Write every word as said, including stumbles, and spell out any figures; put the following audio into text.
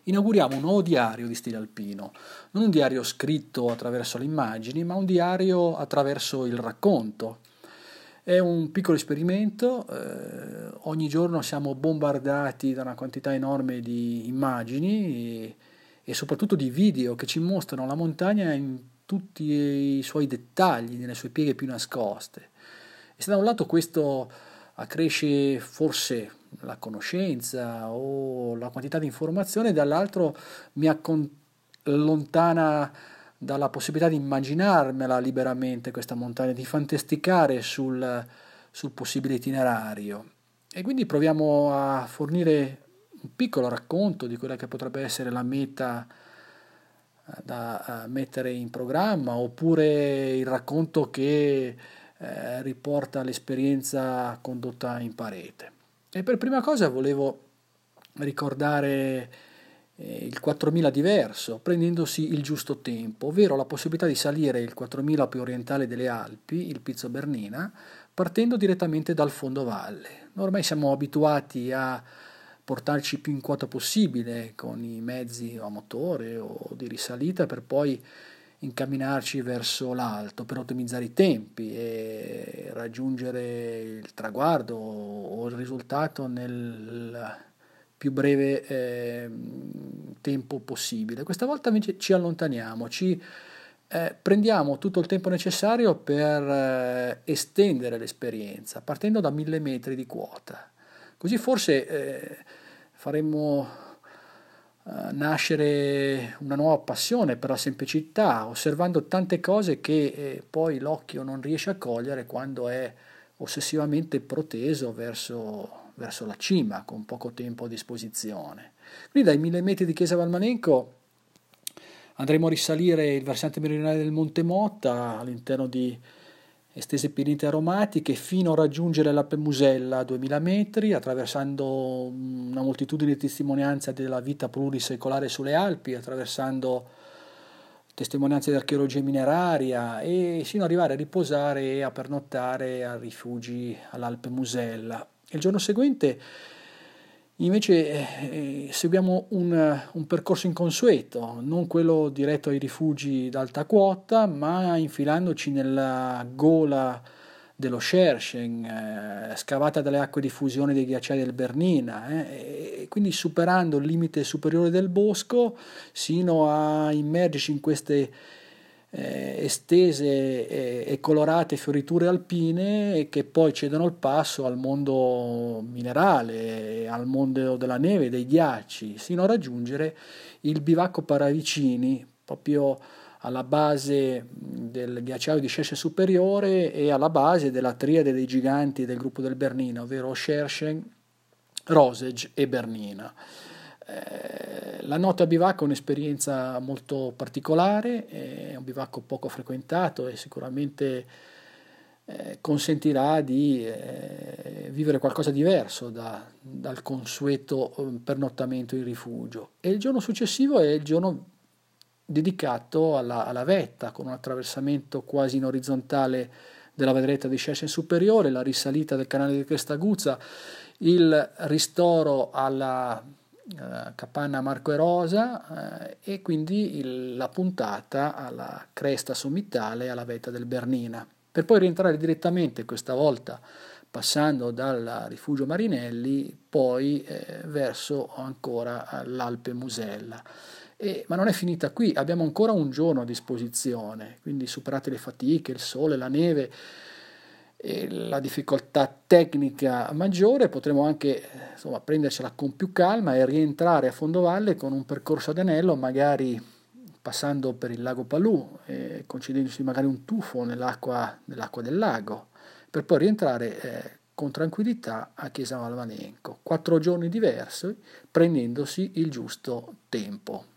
inauguriamo un nuovo diario di stile alpino, non un diario scritto attraverso le immagini, ma un diario attraverso il racconto. È un piccolo esperimento, eh, ogni giorno siamo bombardati da una quantità enorme di immagini e, e soprattutto di video che ci mostrano la montagna in tutti i suoi dettagli, nelle sue pieghe più nascoste. E se da un lato questo accresce forse la conoscenza o la quantità di informazione, dall'altro mi allontana dalla possibilità di immaginarmela liberamente questa montagna, di fantasticare sul, sul possibile itinerario. E quindi proviamo a fornire un piccolo racconto di quella che potrebbe essere la meta da mettere in programma, oppure il racconto che eh, riporta l'esperienza condotta in parete. E per prima cosa volevo ricordare eh, il quattromila diverso, prendendosi il giusto tempo, ovvero la possibilità di salire il quattromila più orientale delle Alpi, il Pizzo Bernina, partendo direttamente dal fondovalle. Ormai siamo abituati a portarci più in quota possibile con i mezzi a motore o di risalita per poi incamminarci verso l'alto per ottimizzare i tempi e raggiungere il traguardo o il risultato nel più breve eh, tempo possibile. Questa volta invece ci allontaniamo, ci eh, prendiamo tutto il tempo necessario per eh, estendere l'esperienza, partendo da mille metri di quota. Così forse eh, faremmo eh, nascere una nuova passione per la semplicità, osservando tante cose che eh, poi l'occhio non riesce a cogliere quando è ossessivamente proteso verso, verso la cima, con poco tempo a disposizione. Quindi dai mille metri di Chiesa Valmalenco andremo a risalire il versante meridionale del Monte Motta all'interno di estese pinete aromatiche fino a raggiungere l'Alpe Musella a duemila metri, attraversando una moltitudine di testimonianze della vita plurisecolare sulle Alpi, attraversando testimonianze di archeologia mineraria e sino ad arrivare a riposare e a pernottare a rifugi all'Alpe Musella. Il giorno seguente invece eh, seguiamo un, un percorso inconsueto, non quello diretto ai rifugi d'alta quota, ma infilandoci nella gola dello Scherchen, eh, scavata dalle acque di fusione dei ghiacciai del Bernina, eh, e quindi superando il limite superiore del bosco sino a immergerci in queste eh, estese e, e colorate fioriture alpine che poi cedono il passo al mondo minerale, al mondo della neve, dei ghiacci, sino a raggiungere il bivacco Paravicini, proprio alla base del ghiacciaio di Scherchen superiore e alla base della triade dei giganti del gruppo del Bernina, ovvero Scherchen, Roseg e Bernina. Eh, la notte a bivacco è un'esperienza molto particolare, è un bivacco poco frequentato e sicuramente eh, consentirà di eh, vivere qualcosa di diverso da, dal consueto eh, pernottamento in rifugio. E il giorno successivo è il giorno dedicato alla, alla vetta, con un attraversamento quasi in orizzontale della vedretta di Scherchen superiore, la risalita del canale di Crestaguzza, il ristoro alla uh, capanna Marco e Rosa uh, e quindi il, la puntata alla cresta sommitale alla vetta del Bernina, per poi rientrare direttamente, questa volta passando dal rifugio Marinelli, poi eh, verso ancora l'Alpe Musella. E, ma non è finita qui, abbiamo ancora un giorno a disposizione, quindi superate le fatiche, il sole, la neve e la difficoltà tecnica maggiore, potremo anche insomma, prendercela con più calma e rientrare a fondovalle con un percorso ad anello, magari passando per il lago Palù, e concedendosi magari un tuffo nell'acqua, nell'acqua del lago, per poi rientrare eh, con tranquillità a Chiesa Valmalenco. Quattro giorni diversi, prendendosi il giusto tempo.